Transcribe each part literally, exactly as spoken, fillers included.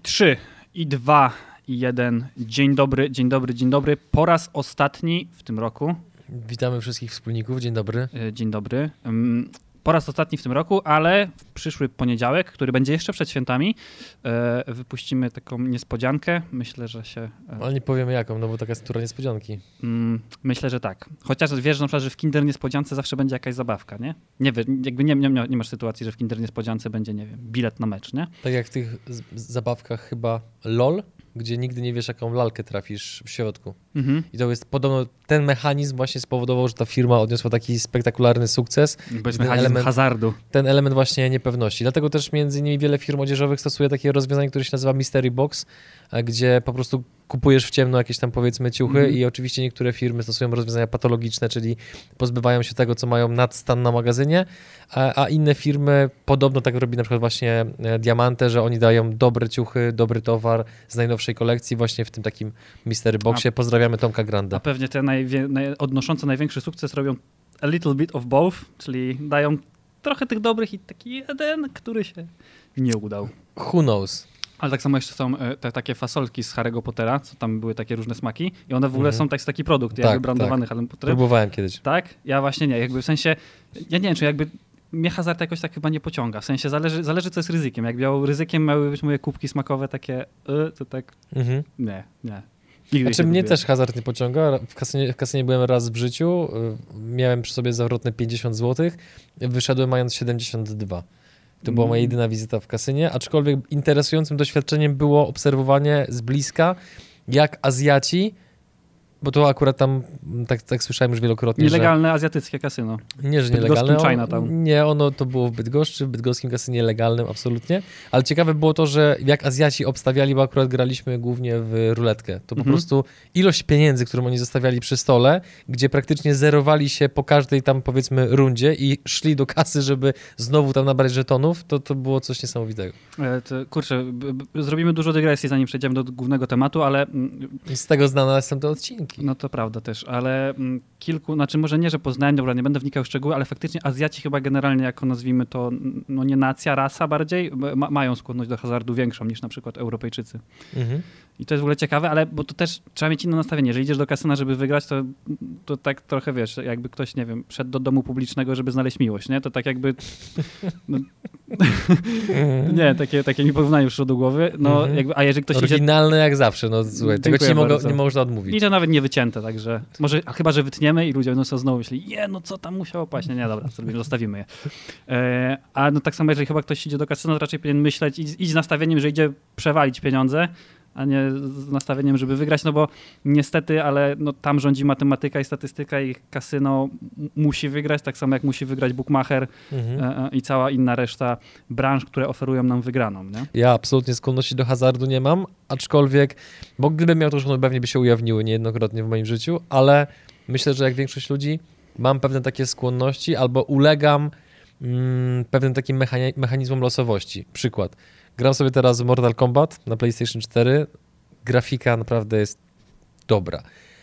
trzy, i dwa, i jeden. Dzień dobry, dzień dobry, dzień dobry. Po raz ostatni w tym roku. Witamy wszystkich wspólników. Dzień dobry. Dzień dobry. Po raz ostatni w tym roku, ale w przyszły poniedziałek, który będzie jeszcze przed świętami, wypuścimy taką niespodziankę. Myślę, że się... Ale nie powiemy jaką, no bo taka jest tura niespodzianki. Myślę, że tak. Chociaż wiesz na przykład, że w Kinder Niespodziance zawsze będzie jakaś zabawka, nie? Nie wiesz, jakby nie, nie, nie masz sytuacji, że w Kinder Niespodziance będzie, nie wiem, bilet na mecz, nie? Tak jak w tych z- zabawkach chyba LOL, gdzie nigdy nie wiesz, jaką lalkę trafisz w środku. Mhm. I to jest podobno ten mechanizm właśnie spowodował, że ta firma odniosła taki spektakularny sukces. Bo jest mechanizm element, hazardu. Ten element właśnie niepewności. Dlatego też między innymi wiele firm odzieżowych stosuje takie rozwiązanie, które się nazywa Mystery Box, gdzie po prostu kupujesz w ciemno jakieś tam powiedzmy ciuchy mm. i oczywiście niektóre firmy stosują rozwiązania patologiczne, czyli pozbywają się tego, co mają nadstan na magazynie, a, a inne firmy podobno tak robi na przykład właśnie Diamante, że oni dają dobre ciuchy, dobry towar z najnowszej kolekcji właśnie w tym takim Mystery Boxie. A, Pozdrawiamy Tomka Granda. A pewnie te najwie, naj, odnoszące największy sukces robią a little bit of both, czyli dają trochę tych dobrych i taki jeden, który się nie udał. Who knows? Ale tak samo jeszcze są te takie fasolki z Harry'ego Pottera, co tam były takie różne smaki i one w ogóle mm-hmm. są tak, taki produkt, tak, jakby brandowany tak. Harrym Potterem. Próbowałem kiedyś. Tak? Ja właśnie nie, jakby w sensie, ja nie wiem, czy jakby mnie hazard jakoś tak chyba nie pociąga, w sensie zależy, zależy co jest ryzykiem. Jak miał ryzykiem miały być moje kubki smakowe takie, y, to tak mm-hmm. nie, nie. Nigdy znaczy mnie też hazard nie pociąga. W kasynie, w kasynie byłem raz w życiu, miałem przy sobie zawrotne pięćdziesiąt złotych, wyszedłem mając siedemdziesiąt dwa. To była moja jedyna wizyta w kasynie, aczkolwiek interesującym doświadczeniem było obserwowanie z bliska, jak Azjaci, bo to akurat tam, tak, tak słyszałem już wielokrotnie, nielegalne że... azjatyckie kasyno. Nie, że nielegalne. On, nie, ono to było w Bydgoszczy, w bydgoskim kasynie legalnym absolutnie, ale ciekawe było to, że jak Azjaci obstawiali, bo akurat graliśmy głównie w ruletkę, to po mhm. prostu ilość pieniędzy, którą oni zostawiali przy stole, gdzie praktycznie zerowali się po każdej tam powiedzmy rundzie i szli do kasy, żeby znowu tam nabrać żetonów, to, to było coś niesamowitego. E, to, kurczę, b, b, zrobimy dużo dygresji, zanim przejdziemy do głównego tematu, ale... Z tego znane są te odcinki. No to prawda też, ale kilku, znaczy może nie, że poznałem, dobra, nie będę wnikał w szczegóły, ale faktycznie Azjaci chyba generalnie, jako nazwijmy to, no nie nacja, rasa bardziej, ma, mają skłonność do hazardu większą niż na przykład Europejczycy. Mhm. I to jest w ogóle ciekawe, ale bo to też trzeba mieć inne nastawienie. Jeżeli idziesz do kasyna, żeby wygrać, to, to tak trochę, wiesz, jakby ktoś, nie wiem, szedł do domu publicznego, żeby znaleźć miłość, nie? To tak jakby... No, nie, takie, takie mi porównanie już do głowy. No, mhm. jakby, a jeżeli ktoś oryginalne idzie... jak zawsze, no słuchaj, tego ci nie, mogło, nie można odmówić. I to nawet nie wycięte, także może, chyba, że wytniemy i ludzie będą sobie znowu myśleli, je, no co tam musiało paść, nie, nie, dobra, zostawimy je. E, a no tak samo, jeżeli chyba ktoś idzie do kasyna, to raczej powinien myśleć, idź, idź z nastawieniem, że idzie przewalić pieniądze, a nie z nastawieniem, żeby wygrać, no bo niestety, ale no, tam rządzi matematyka i statystyka i kasyno musi wygrać, tak samo jak musi wygrać bookmacher mhm. e, i cała inna reszta branż, które oferują nam wygraną. Nie? Ja absolutnie skłonności do hazardu nie mam, aczkolwiek, bo gdybym miał to, już one pewnie by się ujawniły niejednokrotnie w moim życiu, ale myślę, że jak większość ludzi mam pewne takie skłonności albo ulegam mm, pewnym takim mechani- mechanizmom losowości. Przykład. Gram sobie teraz w Mortal Kombat na PlayStation cztery. Grafika naprawdę jest dobra.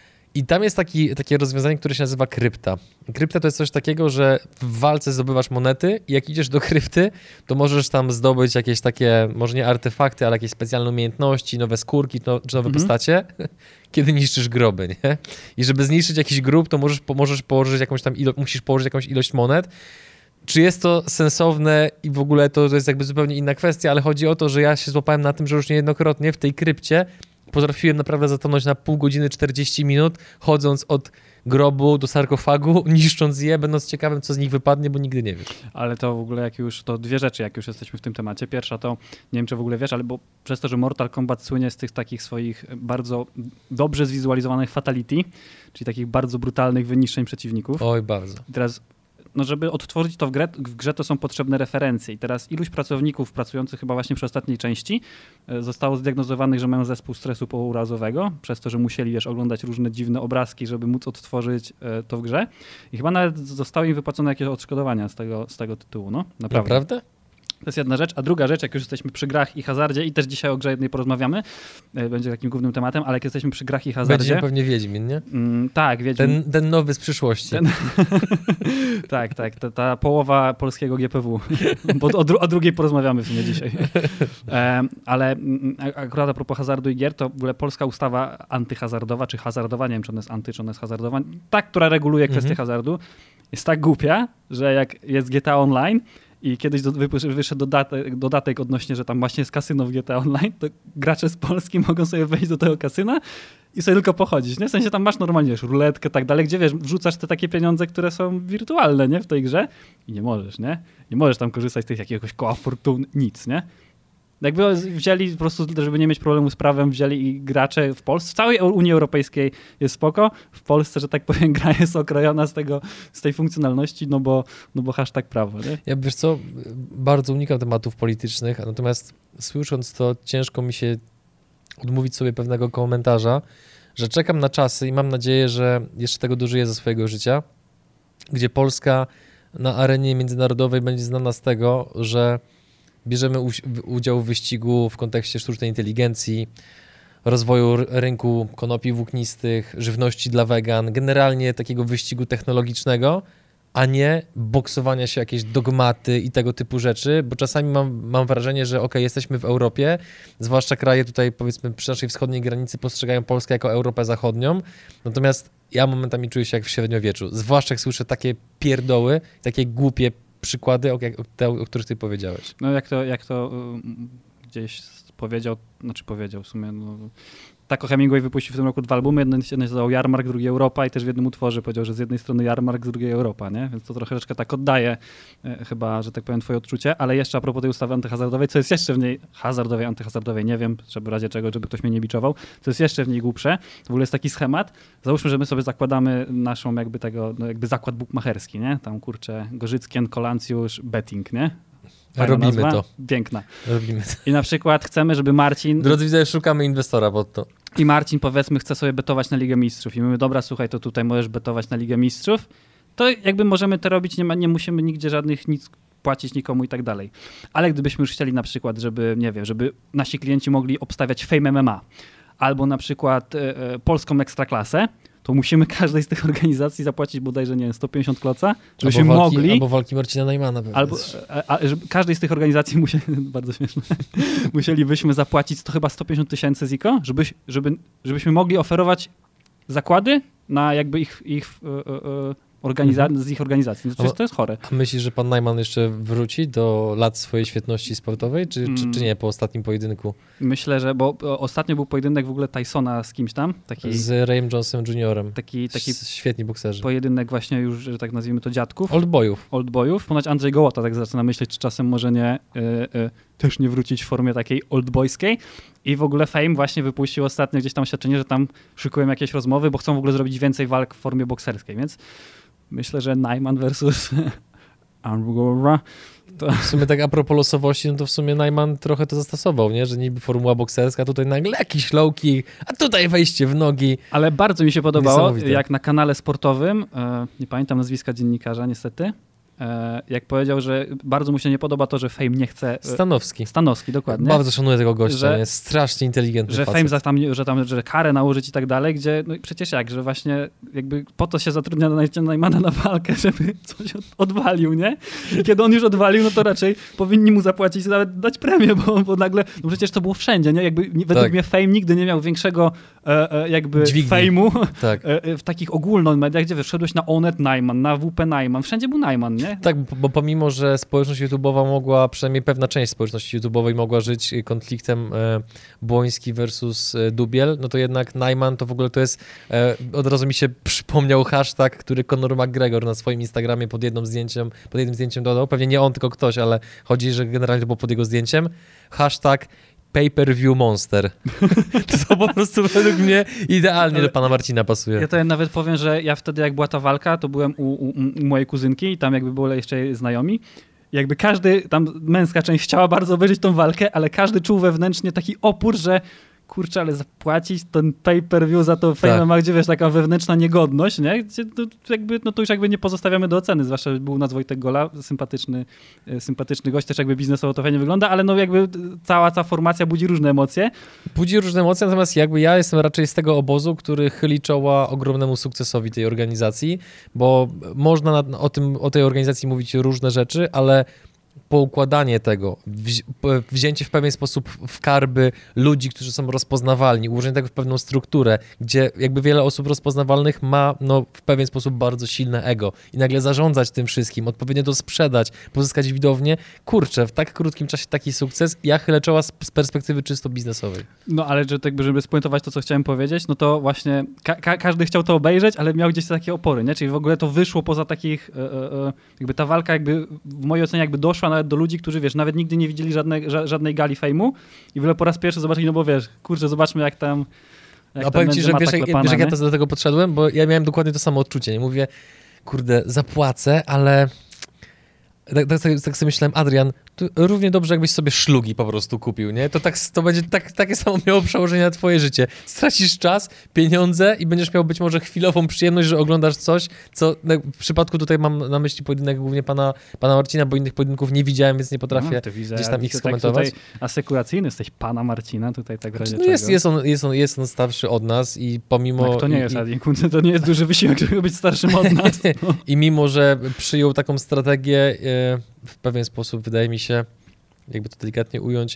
I tam jest taki, takie rozwiązanie, które się nazywa krypta. Krypta to jest coś takiego, że w walce zdobywasz monety i jak idziesz do krypty, to możesz tam zdobyć jakieś takie, może nie artefakty, ale jakieś specjalne umiejętności, nowe skórki no, czy nowe mhm. postacie, kiedy niszczysz groby, nie? I żeby zniszczyć jakiś grób, to możesz, możesz położyć jakąś tam ilo- musisz położyć jakąś ilość monet. Czy jest to sensowne i w ogóle to, to jest jakby zupełnie inna kwestia, ale chodzi o to, że ja się złapałem na tym, że już niejednokrotnie w tej krypcie potrafiłem naprawdę zatonąć na pół godziny, czterdzieści minut, chodząc od grobu do sarkofagu, niszcząc je, będąc ciekawym, co z nich wypadnie, bo nigdy nie wiesz. Ale to w ogóle jak już, to dwie rzeczy, jak już jesteśmy w tym temacie. Pierwsza to, nie wiem, czy w ogóle wiesz, ale bo przez to, że Mortal Kombat słynie z tych takich swoich bardzo dobrze zwizualizowanych fatality, czyli takich bardzo brutalnych wyniszczeń przeciwników. Oj, bardzo. I teraz no żeby odtworzyć to w grze, w grze, to są potrzebne referencje. I teraz iluś pracowników pracujących chyba właśnie przy ostatniej części zostało zdiagnozowanych, że mają zespół stresu pourazowego, przez to, że musieli, wiesz, oglądać różne dziwne obrazki, żeby móc odtworzyć to w grze. I chyba nawet zostały im wypłacone jakieś odszkodowania z tego, z tego tytułu, no. Naprawdę? Naprawdę? To jest jedna rzecz, a druga rzecz, jak już jesteśmy przy grach i hazardzie i też dzisiaj o grze jednej porozmawiamy, będzie takim głównym tematem, ale jak jesteśmy przy grach i hazardzie... Będzie pewnie Wiedźmin, nie? Mm, tak, Wiedźmin. Ten, ten nowy z przyszłości. Ten... tak, tak, ta, ta połowa polskiego G P W, bo o, dru- o drugiej porozmawiamy w sumie dzisiaj. e, ale akurat a propos hazardu i gier, to w ogóle polska ustawa antyhazardowa, czy hazardowa, nie wiem, czy ona jest anty, czy ona jest hazardowa, ta, która reguluje kwestię mhm. hazardu, jest tak głupia, że jak jest G T A Online, i kiedyś do, wyszedł dodatek, dodatek odnośnie, że tam właśnie jest kasyno w G T A Online, to gracze z Polski mogą sobie wejść do tego kasyna i sobie tylko pochodzić, nie? W sensie tam masz normalnie wiesz, ruletkę i tak dalej, gdzie wiesz, wrzucasz te takie pieniądze, które są wirtualne, nie? W tej grze i nie możesz, nie? Nie możesz tam korzystać z tych jakiegoś koła fortun, nic, nie? Jakby wzięli po prostu, żeby nie mieć problemu z prawem, wzięli i gracze w Polsce, w całej Unii Europejskiej jest spoko, w Polsce, że tak powiem, gra jest okrojona z tego, z tej funkcjonalności, no bo, no bo hashtag prawo, nie? Ja wiesz co, bardzo unikam tematów politycznych, natomiast słysząc to ciężko mi się odmówić sobie pewnego komentarza, że czekam na czasy i mam nadzieję, że jeszcze tego dożyję ze swojego życia, gdzie Polska na arenie międzynarodowej będzie znana z tego, że bierzemy udział w wyścigu w kontekście sztucznej inteligencji, rozwoju rynku konopi włóknistych, żywności dla wegan, generalnie takiego wyścigu technologicznego, a nie boksowania się jakieś dogmaty i tego typu rzeczy, bo czasami mam, mam wrażenie, że ok, jesteśmy w Europie, zwłaszcza kraje tutaj powiedzmy przy naszej wschodniej granicy postrzegają Polskę jako Europę Zachodnią, natomiast ja momentami czuję się jak w średniowieczu, zwłaszcza jak słyszę takie pierdoły, takie głupie przykłady, o, te, o których ty powiedziałeś. No jak to, jak to um, gdzieś powiedział, znaczy powiedział w sumie, no, Taco Hemingway wypuścił w tym roku dwa albumy, jeden, jeden się nazywał Jarmark, drugi Europa i też w jednym utworze powiedział, że z jednej strony Jarmark, z drugiej Europa, nie? Więc to troszeczkę tak oddaje e, chyba, że tak powiem, twoje odczucie, ale jeszcze a propos tej ustawy antyhazardowej, co jest jeszcze w niej, hazardowej, antyhazardowej, nie wiem, żeby w razie czego, żeby ktoś mnie nie biczował, co jest jeszcze w niej głupsze, w ogóle jest taki schemat, załóżmy, że my sobie zakładamy naszą jakby tego, no jakby zakład bukmacherski, nie? Tam kurczę, Gorzyckien, Kolancjusz, betting, nie? Fajna Robimy nazwa. to. Piękna. Robimy to. I na przykład chcemy, żeby Marcin... Drodzy widzowie, szukamy inwestora pod to. I Marcin, powiedzmy, chce sobie betować na Ligę Mistrzów. I my mówimy, dobra, słuchaj, to tutaj możesz betować na Ligę Mistrzów. To jakby możemy to robić, nie, ma, nie musimy nigdzie żadnych nic płacić nikomu i tak dalej. Ale gdybyśmy już chcieli na przykład, żeby, nie wiem, żeby nasi klienci mogli obstawiać Fame M M A albo na przykład e, e, polską ekstraklasę, to musimy każdej z tych organizacji zapłacić bodajże, nie wiem, sto pięćdziesiąt kloca, żebyśmy albo walki, mogli... Albo walki Marcina Najmana. Albo, a, a, żeby każdej z tych organizacji musieli, bardzo śmieszne, musielibyśmy zapłacić to chyba sto pięćdziesiąt tysięcy ziko, żeby, żeby, żebyśmy mogli oferować zakłady na jakby ich, ich yy, organiza- mhm. z ich organizacji. No to, jest, to jest chore. A myślisz, że pan Najman jeszcze wróci do lat swojej świetności sportowej, czy, mm. czy, czy nie po ostatnim pojedynku? Myślę, że, bo ostatnio był pojedynek w ogóle Tysona z kimś tam. Taki, z Rayem Jonesem juniorem. Taki, taki świetni bokserzy. Pojedynek właśnie już, że tak nazwijmy to dziadków. Oldboyów. Oldboyów. Ponoć Andrzej Gołota tak zaczyna myśleć, czy czasem może nie y, y, też nie wrócić w formie takiej oldboyskiej. I w ogóle Fame właśnie wypuścił ostatnio gdzieś tam oświadczenie, że tam szykują jakieś rozmowy, bo chcą w ogóle zrobić więcej walk w formie bokserskiej, więc myślę, że Najman versus Angora. To... W sumie tak a propos losowości, no to w sumie Najman trochę to zastosował, nie? Że niby formuła bokserska, a tutaj nagle jakiś low kick, a tutaj wejście w nogi. Ale bardzo mi się podobało, jak na kanale sportowym, e, nie pamiętam nazwiska dziennikarza niestety, e, jak powiedział, że bardzo mu się nie podoba to, że Fame nie chce... E, Stanowski. Stanowski, dokładnie. Bardzo szanuję tego gościa, że, jest strasznie inteligentny Że facet. Fame za tam, że tam, że karę nałożyć i tak dalej, gdzie, no przecież jak, że właśnie jakby po to się zatrudnia Najmana na walkę, żeby coś od, odwalił, nie? I kiedy on już odwalił, no to raczej powinni mu zapłacić, nawet dać premię, bo, bo nagle, no przecież to było wszędzie, nie? Jakby według tak. mnie Fame nigdy nie miał większego e, e, jakby Dźwigni. fejmu tak. e, w takich ogólnych mediach, gdzie wszedłeś na Onet Najman, na W P Najman, wszędzie był Najman, nie? Tak, bo pomimo, że społeczność YouTube'owa mogła, przynajmniej pewna część społeczności YouTube'owej mogła żyć konfliktem e, Błoński versus e, Dubiel, no to jednak Najman to w ogóle to jest, e, od razu mi się przypomniał hashtag, który Conor McGregor na swoim Instagramie pod jednym zdjęciem, pod jednym zdjęciem dodał, pewnie nie on, tylko ktoś, ale chodzi, że generalnie to było pod jego zdjęciem, hashtag pay-per-view monster. To, to po prostu według mnie idealnie ale do pana Marcina pasuje. Ja to nawet powiem, że ja wtedy jak była ta walka, to byłem u, u, u mojej kuzynki i tam jakby były jeszcze znajomi. Jakby każdy, tam męska część chciała bardzo obejrzeć tą walkę, ale każdy czuł wewnętrznie taki opór, że kurczę, ale zapłacić ten pay-per-view za to Fame M M A, gdzie wiesz, taka wewnętrzna niegodność, nie? Gdzie to, jakby, no to już jakby nie pozostawiamy do oceny, zwłaszcza, że był u nas Wojtek Gola, sympatyczny, sympatyczny gość, też jakby biznesowo to fajnie wygląda, ale no jakby cała ta formacja budzi różne emocje. Budzi różne emocje, natomiast jakby ja jestem raczej z tego obozu, który chyli czoła ogromnemu sukcesowi tej organizacji, bo można na, o, tym, o tej organizacji mówić różne rzeczy, ale poukładanie tego, wzi- wzięcie w pewien sposób w karby ludzi, którzy są rozpoznawalni, ułożenie tego w pewną strukturę, gdzie jakby wiele osób rozpoznawalnych ma no, w pewien sposób bardzo silne ego i nagle zarządzać tym wszystkim, odpowiednio to sprzedać, pozyskać widownię, kurczę, w tak krótkim czasie taki sukces, ja chylę czoła z, z perspektywy czysto biznesowej. No ale że, jakby, żeby spuentować to, co chciałem powiedzieć, no to właśnie ka- ka- każdy chciał to obejrzeć, ale miał gdzieś takie opory, nie? Czyli w ogóle to wyszło poza takich, e, e, jakby ta walka jakby w mojej ocenie jakby doszła nawet do ludzi, którzy wiesz, nawet nigdy nie widzieli żadnej, ża- żadnej gali fejmu i w ogóle po raz pierwszy zobaczyli, no bo wiesz, kurczę, zobaczmy jak tam jak A powiem ci, że wiesz, jak, klepana, wiesz jak ja nie? to do tego podszedłem, bo ja miałem dokładnie to samo odczucie, nie mówię, kurde, zapłacę, ale tak, tak, tak sobie myślałem, Adrian, tu równie dobrze jakbyś sobie szlugi po prostu kupił, nie? To, tak, to będzie tak, takie samo miało przełożenie na twoje życie. Stracisz czas, pieniądze i będziesz miał być może chwilową przyjemność, że oglądasz coś, co no, w przypadku tutaj mam na myśli pojedynek głównie pana, pana Marcina, bo innych pojedynków nie widziałem, więc nie potrafię No, widzę, gdzieś tam ich tak skomentować. tutaj asekuracyjny jesteś pana Marcina, tutaj tak w razie No jest, czego. jest, on, jest, on, jest on starszy od nas i pomimo... Tak, to nie i, jest, i, Adi, kurde, to nie jest duży wysiłek, żeby być starszym od nas. No. I mimo, że przyjął taką strategię, w pewien sposób, wydaje mi się, jakby to delikatnie ująć,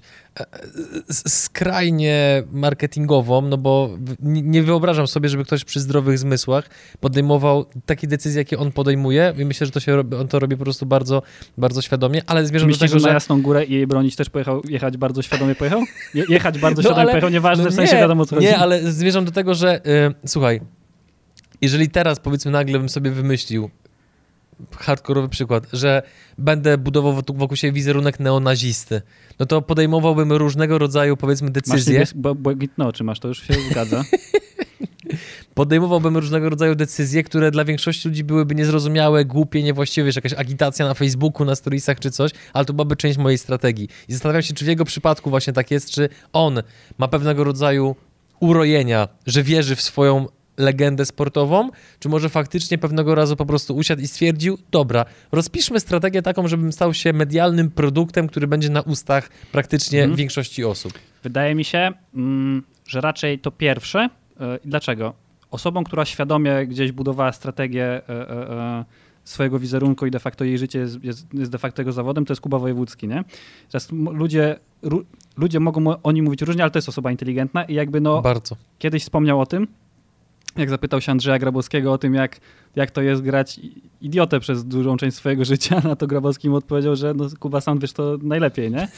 skrajnie marketingową, no bo nie wyobrażam sobie, żeby ktoś przy zdrowych zmysłach podejmował takie decyzje, jakie on podejmuje i myślę, że to się, on to robi po prostu bardzo, bardzo świadomie, ale zmierzam Myślisz, do tego, że na że... Jasną Górę i jej bronić też pojechał, jechać bardzo świadomie pojechał? Je, jechać bardzo No, świadomie ale- pojechał, nieważne, no w sensie nie, wiadomo o co chodzi. Nie, ale zmierzam do tego, że yy, słuchaj, jeżeli teraz powiedzmy nagle bym sobie wymyślił hardkorowy przykład, że będę budował wokół wokół siebie wizerunek neonazisty, no to podejmowałbym różnego rodzaju powiedzmy Masz decyzje. niebies- bo- błękitne oczy masz, to już się zgadza. Podejmowałbym różnego rodzaju decyzje, które dla większości ludzi byłyby niezrozumiałe, głupie, niewłaściwe, wiesz, jakaś agitacja na Facebooku, na storiesach czy coś, ale to byłaby część mojej strategii. I zastanawiam się, czy w jego przypadku właśnie tak jest, czy on ma pewnego rodzaju urojenia, że wierzy w swoją legendę sportową, czy może faktycznie pewnego razu po prostu usiadł i stwierdził, dobra, rozpiszmy strategię taką, żebym stał się medialnym produktem, który będzie na ustach praktycznie Mhm. większości osób. Wydaje mi się, mm, że raczej to pierwsze. Yy, Dlaczego? Osobą, która świadomie gdzieś budowała strategię yy, yy, swojego wizerunku i de facto jej życie jest, jest, jest de facto jego zawodem, to jest Kuba Wojewódzki, nie? Teraz m- ludzie, ru, ludzie mogą o nim mówić różnie, ale to jest osoba inteligentna i jakby no Bardzo. kiedyś wspomniał o tym, jak zapytał się Andrzeja Grabowskiego o tym, jak, jak to jest grać idiotę przez dużą część swojego życia, na to Grabowski mu odpowiedział, że no, Kuba, sam wiesz to najlepiej, nie?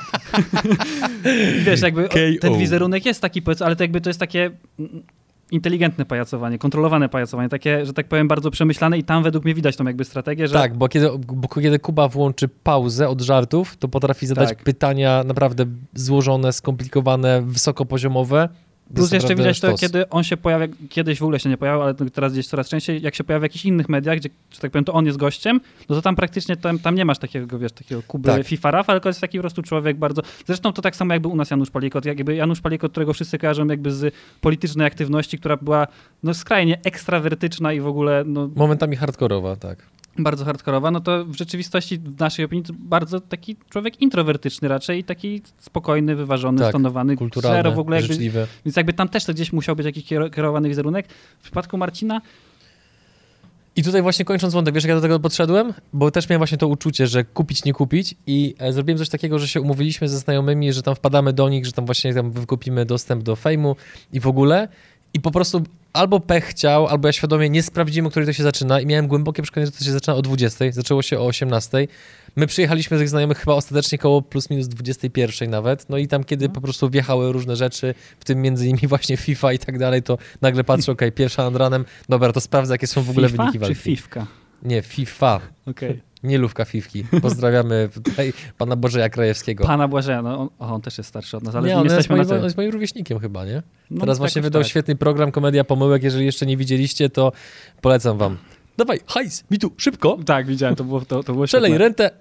I wiesz, jakby K O. ten wizerunek jest taki, powiedzmy, ale to jakby to jest takie mm, inteligentne pajacowanie, kontrolowane pajacowanie, takie, że tak powiem, bardzo przemyślane i tam według mnie widać tą jakby strategię, że... Tak, bo kiedy, bo kiedy Kuba włączy pauzę od żartów, to potrafi zadać Tak. pytania naprawdę złożone, skomplikowane, wysokopoziomowe. To Plus jest jeszcze naprawdę widać to, sztos. kiedy on się pojawia, kiedyś w ogóle się nie pojawiał, ale teraz gdzieś coraz częściej, jak się pojawia w jakichś innych mediach, gdzie, że tak powiem, to on jest gościem, no to tam praktycznie tam, tam nie masz takiego, wiesz, takiego Kuby Tak. FIFA Rafa, tylko jest taki po prostu człowiek bardzo... Zresztą to tak samo jakby u nas Janusz Palikot, jakby Janusz Palikot, którego wszyscy kojarzą jakby z politycznej aktywności, która była no skrajnie ekstrawertyczna i w ogóle no, Momentami hardkorowa, tak. bardzo hardkorowa, no to w rzeczywistości w naszej opinii to bardzo taki człowiek introwertyczny raczej, taki spokojny, wyważony, Tak, stonowany, kulturalne, zero w ogóle jakby, życzliwe. więc jakby tam też to gdzieś musiał być jakiś kier- kierowany wizerunek. W przypadku Marcina I tutaj właśnie kończąc wątek, wiesz jak ja do tego podszedłem? Bo też miałem właśnie to uczucie, że kupić, nie kupić i e, zrobiłem coś takiego, że się umówiliśmy ze znajomymi, że tam wpadamy do nich, że tam właśnie tam wykupimy dostęp do fejmu i w ogóle i po prostu albo pech chciał, albo ja świadomie nie sprawdziłem, o której to się zaczyna i miałem głębokie przekonanie, że to się zaczyna o dwudziestej, zaczęło się o osiemnastej. My przyjechaliśmy z tych znajomych chyba ostatecznie koło plus minus dwudziestej pierwszej nawet, no i tam kiedy po prostu wjechały różne rzeczy, w tym między innymi właśnie FIFA i tak dalej, to nagle patrzę, okej, pierwsza nad ranem, dobra, to sprawdzę, jakie są w ogóle FIFA wyniki czy walki. Fifka? Nie, FIFA. Okej. Nie Lówka Fifki. Pozdrawiamy tutaj pana Bożeja Krajewskiego. Pana Błażeja, no on, o, on też jest starszy od nas, ale nie, nie on jest, jesteśmy moim, na on tym. jest moim rówieśnikiem chyba, nie? No, Teraz tak właśnie już wydał tak. świetny program Komedia Pomyłek, jeżeli jeszcze nie widzieliście, to polecam wam. Dawaj, hajs, mi tu, szybko, Tak, widziałem, to było, to, to było przelej świetne. rentę.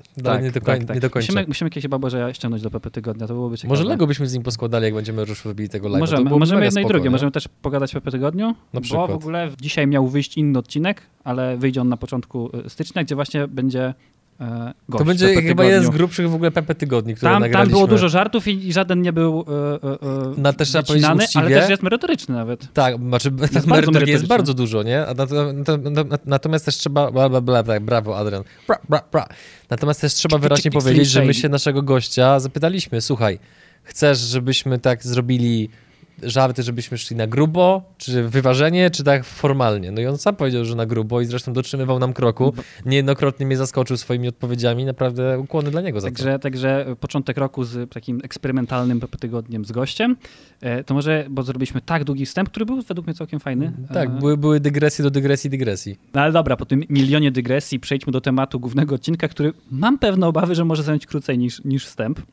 Tak, nie, do koń, tak, tak. nie do końca. Musimy, musimy kiedyś chyba Boże ściągnąć do P P Tygodnia, to byłoby ciekawe. Może Lego byśmy z nim poskładali, jak będziemy już robili tego live'a. Możemy, to możemy jedno spoko, i drugie. nie? Możemy też pogadać w P P Tygodniu, Na przykład. bo w ogóle dzisiaj miał wyjść inny odcinek, ale wyjdzie on na początku stycznia, gdzie właśnie będzie e, gość. To będzie P P chyba Tygodniu. jeden z grubszych w ogóle P P Tygodni, które tam, nagraliśmy. tam było dużo żartów i, i żaden nie był e, e, Na też trzeba powiedzieć wycinany, uczciwie. ale też jest merytoryczny nawet. Tak, znaczy bardzo merytoryki jest merytoryczny. bardzo dużo, nie? A nat- natomiast też trzeba, bla, bla, bla, tak, brawo Adrian, bra, bra, bra. Natomiast też trzeba wyraźnie powiedzieć, że my się naszego gościa zapytaliśmy, słuchaj, chcesz, żebyśmy tak zrobili żarty, żebyśmy szli na grubo, czy wyważenie, czy tak formalnie? No i on sam powiedział, że na grubo i zresztą dotrzymywał nam kroku. Niejednokrotnie mnie zaskoczył swoimi odpowiedziami, naprawdę ukłony dla niego za Także, to. także początek roku z takim eksperymentalnym P P Tygodniem z gościem. E, to może, bo zrobiliśmy tak długi wstęp, który był według mnie całkiem fajny. Tak, e, były, były dygresje do dygresji, dygresji. No ale dobra, po tym milionie dygresji przejdźmy do tematu głównego odcinka, który mam pewne obawy, że może zająć krócej niż, niż wstęp.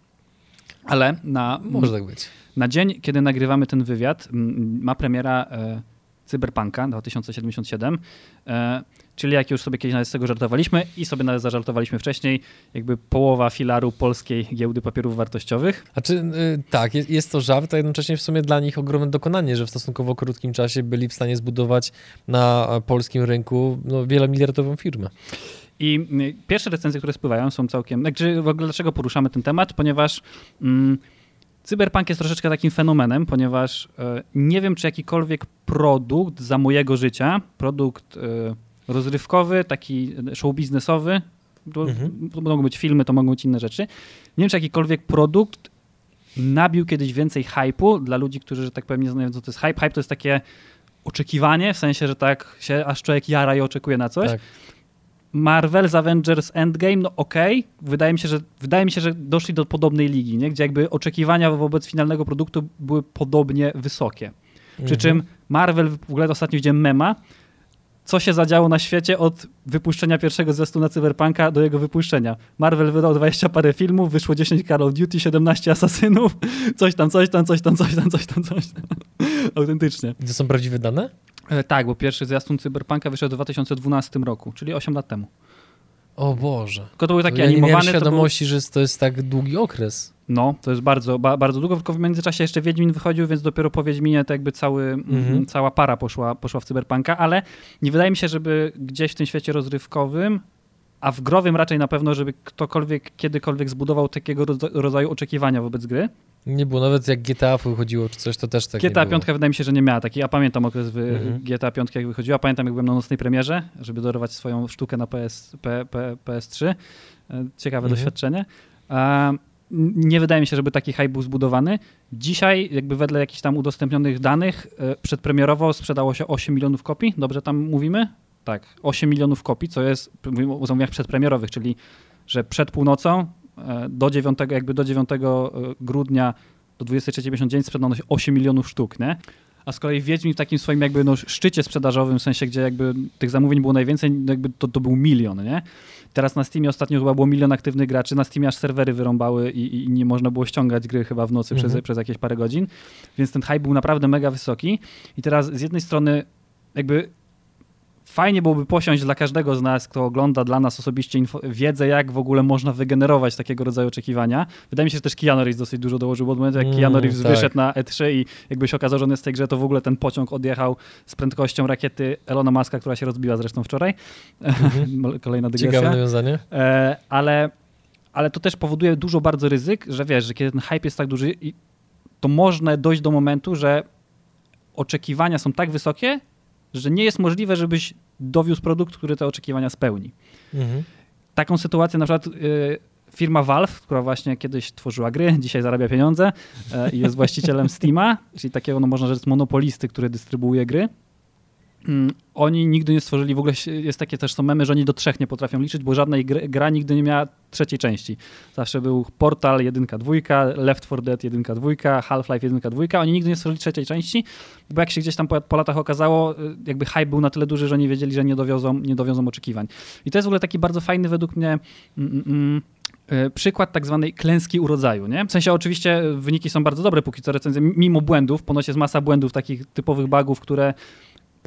Ale na, Może tak być. na dzień, kiedy nagrywamy ten wywiad, m, ma premiera e, Cyberpunka dwa tysiące siedemdziesiąt siedem, e, czyli jak już sobie kiedyś nawet z tego żartowaliśmy i sobie nawet zażartowaliśmy wcześniej, jakby połowa filaru polskiej giełdy papierów wartościowych. Znaczy, yy, tak, jest, jest to żart, a jednocześnie w sumie dla nich ogromne dokonanie, że w stosunkowo krótkim czasie byli w stanie zbudować na polskim rynku no, wielomiliardową firmę. I y, pierwsze recenzje, które spływają, są całkiem... Znaczy, w ogóle dlaczego poruszamy ten temat? Ponieważ mm, Cyberpunk jest troszeczkę takim fenomenem, ponieważ y, nie wiem, czy jakikolwiek produkt za mojego życia, produkt y, rozrywkowy, taki show biznesowy, to, Mhm. to mogą być filmy, to mogą być inne rzeczy. Nie wiem, czy jakikolwiek produkt nabił kiedyś więcej hype'u dla ludzi, którzy, że tak powiem, nie znają, co to jest hype. Hype to jest takie oczekiwanie, w sensie, że tak się aż człowiek jara i oczekuje na coś. Tak. Marvel z Avengers Endgame, no okej, okay. wydaje mi się, że wydaje mi się, że doszli do podobnej ligi, nie? Gdzie jakby oczekiwania wobec finalnego produktu były podobnie wysokie. Przy Mhm. czym Marvel, w ogóle ostatnio widziałem mema, co się zadziało na świecie od wypuszczenia pierwszego zwiastuna Cyberpunka do jego wypuszczenia. Marvel wydał dwadzieścia parę filmów, wyszło dziesięć Call of Duty, siedemnaście Asasynów, coś tam, coś tam, coś tam, coś tam, coś tam, coś tam. Autentycznie. I to są prawdziwe dane? E, tak, bo pierwszy zwiastun Cyberpunka wyszedł w dwa tysiące dwunastym roku, czyli osiem lat temu. O Boże. Tylko to był taki ja nie animowany. miałem świadomości, to był... że to jest tak długi okres. No, to jest bardzo, ba, bardzo długo, tylko w międzyczasie jeszcze Wiedźmin wychodził, więc dopiero po Wiedźminie to jakby cały, Mhm. m, cała para poszła, poszła w Cyberpunka, ale nie wydaje mi się, żeby gdzieś w tym świecie rozrywkowym, a w growym raczej na pewno, żeby ktokolwiek kiedykolwiek zbudował takiego rodza- rodzaju oczekiwania wobec gry. Nie było, nawet jak G T A wychodziło czy coś, to też tak G T A nie było. pięć wydaje mi się, że nie miała takiej, a pamiętam okres wy, Mhm. G T A pięć jak wychodziła, pamiętam jak byłem na nocnej premierze, żeby dorwać swoją sztukę na P S, P, P, P S trzy. Ciekawe Mhm. doświadczenie. A, nie wydaje mi się, żeby taki hype był zbudowany. Dzisiaj, jakby wedle jakichś tam udostępnionych danych, e, przedpremierowo sprzedało się osiem milionów kopii. Dobrze tam mówimy? Tak, osiem milionów kopii, co jest, mówimy o zamówieniach przedpremierowych, czyli że przed północą e, do dziewiątego, jakby do dziewiątego grudnia do dwudziestego trzeciego pięćdziesiąt dziewięć sprzedano się osiem milionów sztuk, nie? A z kolei Wiedźmin w takim swoim jakby no, szczycie sprzedażowym, w sensie, gdzie jakby tych zamówień było najwięcej, jakby to, to był milion, nie? Teraz na Steamie ostatnio chyba było milion aktywnych graczy, na Steamie aż serwery wyrąbały i, i nie można było ściągać gry chyba w nocy Mhm. przez, przez jakieś parę godzin, więc ten hype był naprawdę mega wysoki i teraz z jednej strony jakby fajnie byłoby posiąść dla każdego z nas, kto ogląda, dla nas osobiście info, wiedzę, jak w ogóle można wygenerować takiego rodzaju oczekiwania. Wydaje mi się, że też Keanu Reeves dosyć dużo dołożył, bo od momentu, jak Mm, Keanu Reeves tak. wyszedł na E trzy i jakby się okazało, że on jest w tej grze, to w ogóle ten pociąg odjechał z prędkością rakiety Elona Muska, która się rozbiła zresztą wczoraj. Mhm. Kolejna dygresja. Ciekawe nawiązanie. E, ale, ale to też powoduje dużo bardzo ryzyk, że wiesz, że kiedy ten hype jest tak duży, i to można dojść do momentu, że oczekiwania są tak wysokie, że nie jest możliwe, żebyś dowiózł produkt, który te oczekiwania spełni. Mhm. Taką sytuację na przykład y, firma Valve, która właśnie kiedyś tworzyła gry, dzisiaj zarabia pieniądze y, i jest właścicielem Steama, czyli takiego, no można rzec, monopolisty, który dystrybuuje gry. Mm, oni nigdy nie stworzyli, w ogóle jest takie też są memy, że oni do trzech nie potrafią liczyć, bo żadna gry, gra nigdy nie miała trzeciej części. Zawsze był Portal jedynka, dwójka, Left four Dead jedynka, dwójka, Half-Life jedynka, dwójka. Oni nigdy nie stworzyli trzeciej części, bo jak się gdzieś tam po, po latach okazało, jakby hype był na tyle duży, że oni wiedzieli, że nie dowiozą, nie dowiozą oczekiwań. I to jest w ogóle taki bardzo fajny według mnie mm, mm, przykład tak zwanej klęski urodzaju, nie? W sensie oczywiście wyniki są bardzo dobre póki co recenzje, mimo błędów, ponoć jest masa błędów, takich typowych bugów, które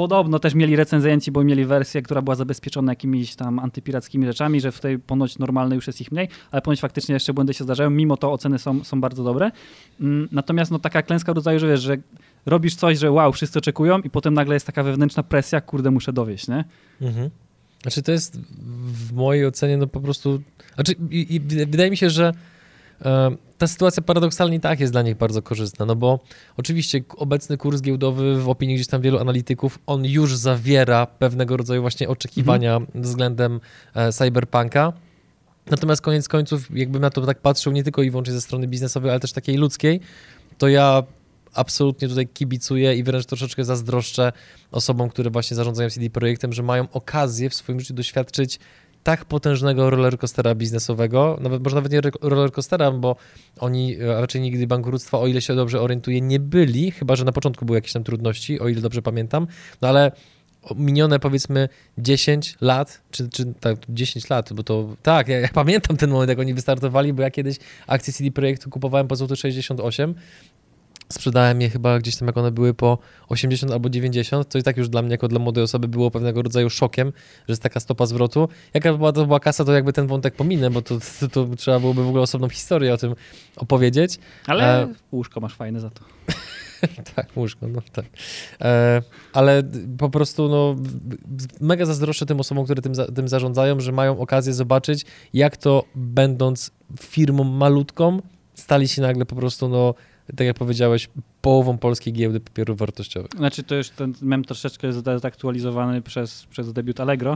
podobno też mieli recenzenci, bo mieli wersję, która była zabezpieczona jakimiś tam antypirackimi rzeczami, że w tej ponoć normalnej już jest ich mniej, ale ponoć faktycznie jeszcze błędy się zdarzają, mimo to oceny są, są bardzo dobre. Natomiast no taka klęska rodzaju, że wiesz, że robisz coś, że wow, wszyscy oczekują i potem nagle jest taka wewnętrzna presja, kurde, muszę dowieść, nie? Mhm. Znaczy to jest w mojej ocenie no po prostu... Znaczy i, i wydaje mi się, że e, ta sytuacja paradoksalnie tak jest dla nich bardzo korzystna, no bo oczywiście obecny kurs giełdowy w opinii gdzieś tam wielu analityków, on już zawiera pewnego rodzaju właśnie oczekiwania mhm. względem e, cyberpunka. Natomiast koniec końców, jakbym na to tak patrzył nie tylko i wyłącznie ze strony biznesowej, ale też takiej ludzkiej, to ja absolutnie tutaj kibicuję i wręcz troszeczkę zazdroszczę osobom, które właśnie zarządzają C D Projektem, że mają okazję w swoim życiu doświadczyć tak potężnego rollercoastera biznesowego, nawet może nawet nie rollercoastera, bo oni raczej nigdy bankructwa, o ile się dobrze orientuję, nie byli, chyba że na początku były jakieś tam trudności, o ile dobrze pamiętam, no ale minione powiedzmy dziesięć lat, czy, czy tak, dziesięć lat, bo to tak, ja, ja pamiętam ten moment, jak oni wystartowali, bo ja kiedyś akcje C D Projektu kupowałem po złoty sześćdziesiąt osiem, sprzedałem je chyba gdzieś tam, jak one były po osiemdziesiąt albo dziewięćdziesiąt, to i tak już dla mnie, jako dla młodej osoby było pewnego rodzaju szokiem, że jest taka stopa zwrotu. Jaka była to była kasa, to jakby ten wątek pominę, bo to, to, to trzeba byłoby w ogóle osobną historię o tym opowiedzieć. Ale e... łóżko masz fajne za to. Tak, łóżko, no tak. E, ale po prostu no, mega zazdroszczę tym osobom, które tym, tym zarządzają, że mają okazję zobaczyć, jak to będąc firmą malutką, stali się nagle po prostu, no, tak jak powiedziałeś, połową polskiej giełdy papierów wartościowych. Znaczy to już ten mem troszeczkę jest zaktualizowany przez, przez debiut Allegro.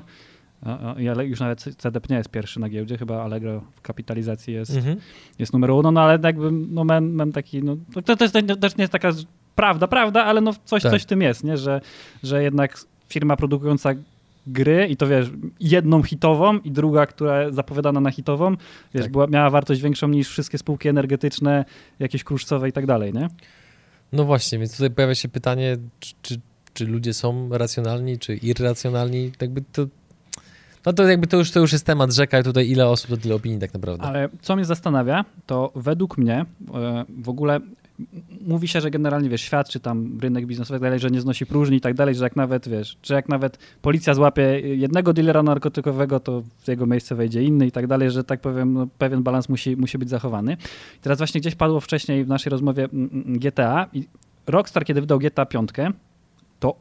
Ale już nawet C D P nie jest pierwszy na giełdzie, chyba Allegro w kapitalizacji jest, mhm. jest numer uno, no ale jakby no mem, mem taki, no to też, też nie jest taka prawda, prawda, ale no coś, tak. coś w tym jest, nie? Że, że jednak firma produkująca gry i to wiesz, jedną hitową i druga, która zapowiadana na hitową, wiesz, tak. była, miała wartość większą niż wszystkie spółki energetyczne, jakieś kruszcowe i tak dalej, nie? No właśnie, więc tutaj pojawia się pytanie, czy, czy, czy ludzie są racjonalni, czy irracjonalni, jakby to No to jakby to już, to już jest temat rzeka i tutaj ile osób, to tyle opinii tak naprawdę. Ale co mnie zastanawia, to według mnie w ogóle mówi się, że generalnie wiesz, świat czy tam rynek biznesowy i tak dalej, że nie znosi próżni i tak dalej, że jak nawet wiesz, że jak nawet policja złapie jednego dealera narkotykowego, to w jego miejsce wejdzie inny i tak dalej, że tak powiem, no, pewien balans musi, musi być zachowany. I teraz właśnie gdzieś padło wcześniej w naszej rozmowie G T A i Rockstar, kiedy wydał G T A pięć, to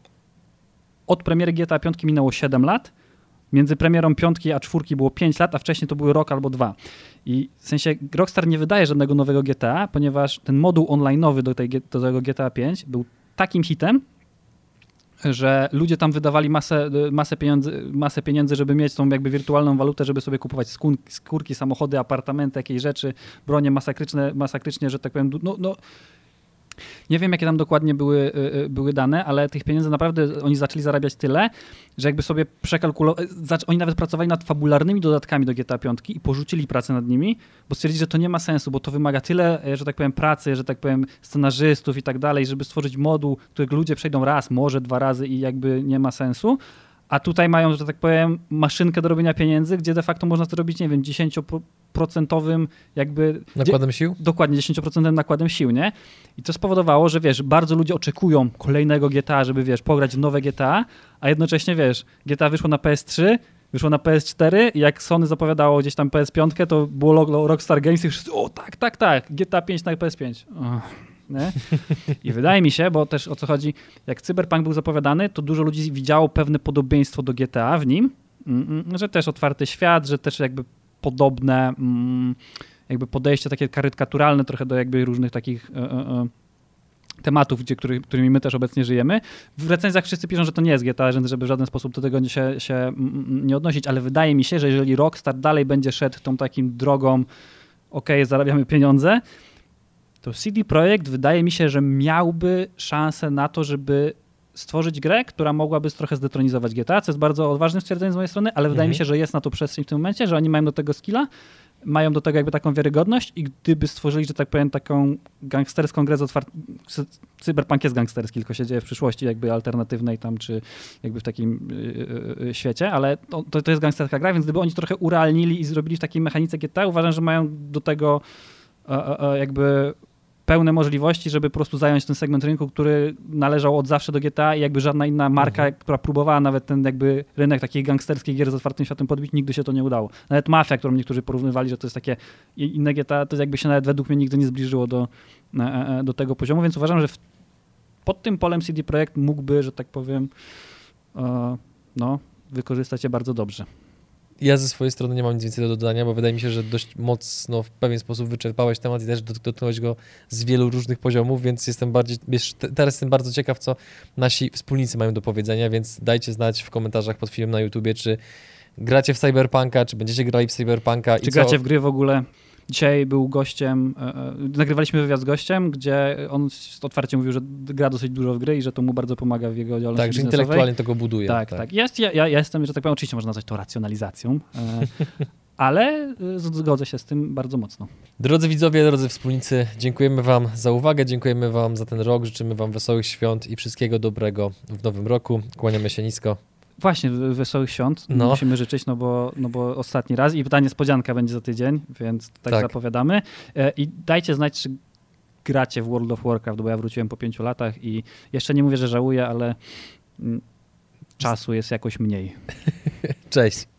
od premiery G T A pięć minęło siedem lat, między premierą piątki a czwórki było pięć lat, a wcześniej to były rok albo dwa. I w sensie Rockstar nie wydaje żadnego nowego G T A, ponieważ ten moduł online'owy do, tej, do tego G T A pięć był takim hitem, że ludzie tam wydawali masę, masę, pieniędzy, masę pieniędzy, żeby mieć tą jakby wirtualną walutę, żeby sobie kupować skórki, samochody, apartamenty, jakieś rzeczy, bronie masakryczne, masakrycznie, że tak powiem, no, no nie wiem, jakie tam dokładnie były, były dane, ale tych pieniędzy naprawdę oni zaczęli zarabiać tyle, że jakby sobie przekalkulowali, oni nawet pracowali nad fabularnymi dodatkami do G T A pięć i porzucili pracę nad nimi, bo stwierdzili, że to nie ma sensu, bo to wymaga tyle, że tak powiem, pracy, że tak powiem, scenarzystów i tak dalej, żeby stworzyć moduł, którego ludzie przejdą raz, może dwa razy i jakby nie ma sensu. A tutaj mają, że tak powiem, maszynkę do robienia pieniędzy, gdzie de facto można to robić, nie wiem, dziesięcioprocentowym jakby... Nakładem sił? Dokładnie, dziesięcioprocentowym nakładem sił, nie? I to spowodowało, że wiesz, bardzo ludzie oczekują kolejnego G T A, żeby wiesz, pograć w nowe G T A, a jednocześnie wiesz, G T A wyszło na P S trzy, wyszło na P S cztery i jak Sony zapowiadało gdzieś tam P S pięć, to było logo Rockstar Games i wszyscy, o tak, tak, tak, G T A pięć na P S pięć. Oh. Nie? I wydaje mi się, bo też o co chodzi, jak Cyberpunk był zapowiadany, to dużo ludzi widziało pewne podobieństwo do G T A w nim, że też otwarty świat, że też jakby podobne jakby podejście takie karykaturalne trochę do jakby różnych takich tematów, gdzie, który, którymi my też obecnie żyjemy. W recenzjach wszyscy piszą, że to nie jest G T A, żeby w żaden sposób do tego się, się nie odnosić, ale wydaje mi się, że jeżeli Rockstar dalej będzie szedł tą takim drogą, okej, okay, zarabiamy pieniądze, to C D Projekt wydaje mi się, że miałby szansę na to, żeby stworzyć grę, która mogłaby trochę zdetronizować G T A, co jest bardzo odważnym stwierdzeniem z mojej strony, ale mhm. wydaje mi się, że jest na to przestrzeń w tym momencie, że oni mają do tego skilla, mają do tego jakby taką wiarygodność i gdyby stworzyli, że tak powiem, taką gangsterską grę z otwartym... Cyberpunk jest gangsterski, tylko się dzieje w przyszłości jakby alternatywnej tam, czy jakby w takim yy, yy, świecie, ale to, to jest gangsterska gra, więc gdyby oni to trochę urealnili i zrobili w takiej mechanice G T A, uważam, że mają do tego yy, yy, jakby pełne możliwości, żeby po prostu zająć ten segment rynku, który należał od zawsze do G T A i jakby żadna inna marka, mhm. która próbowała nawet ten jakby rynek takich gangsterskich gier z otwartym światem podbić, nigdy się to nie udało. Nawet Mafia, którą niektórzy porównywali, że to jest takie inne G T A, to jakby się nawet według mnie nigdy nie zbliżyło do, do tego poziomu, więc uważam, że w, pod tym polem C D Projekt mógłby, że tak powiem, no, wykorzystać je bardzo dobrze. Ja ze swojej strony nie mam nic więcej do dodania, bo wydaje mi się, że dość mocno w pewien sposób wyczerpałeś temat i też dotknąłeś go z wielu różnych poziomów, więc jestem bardziej, teraz jestem bardzo ciekaw, co nasi wspólnicy mają do powiedzenia, więc dajcie znać w komentarzach pod filmem na YouTubie, czy gracie w Cyberpunka, czy będziecie grali w Cyberpunka. Czy i gracie co... w gry w ogóle? Dzisiaj był gościem, yy, nagrywaliśmy wywiad z gościem, gdzie on otwarcie mówił, że gra dosyć dużo w gry i że to mu bardzo pomaga w jego działalności Tak, że biznesowej. intelektualnie to go buduje. Tak, tak. tak. Jest, ja, ja jestem, że tak powiem, oczywiście można nazwać to racjonalizacją, yy, ale zgodzę się z tym bardzo mocno. Drodzy widzowie, drodzy wspólnicy, dziękujemy wam za uwagę, dziękujemy wam za ten rok, życzymy wam wesołych świąt i wszystkiego dobrego w nowym roku. Kłaniamy się nisko. Właśnie, wesołych świąt no. musimy życzyć, no bo, no bo ostatni raz i pytanie niespodzianka będzie za tydzień, więc tak, tak zapowiadamy. I dajcie znać, czy gracie w World of Warcraft, bo ja wróciłem po pięciu latach i jeszcze nie mówię, że żałuję, ale czasu jest jakoś mniej. Cześć.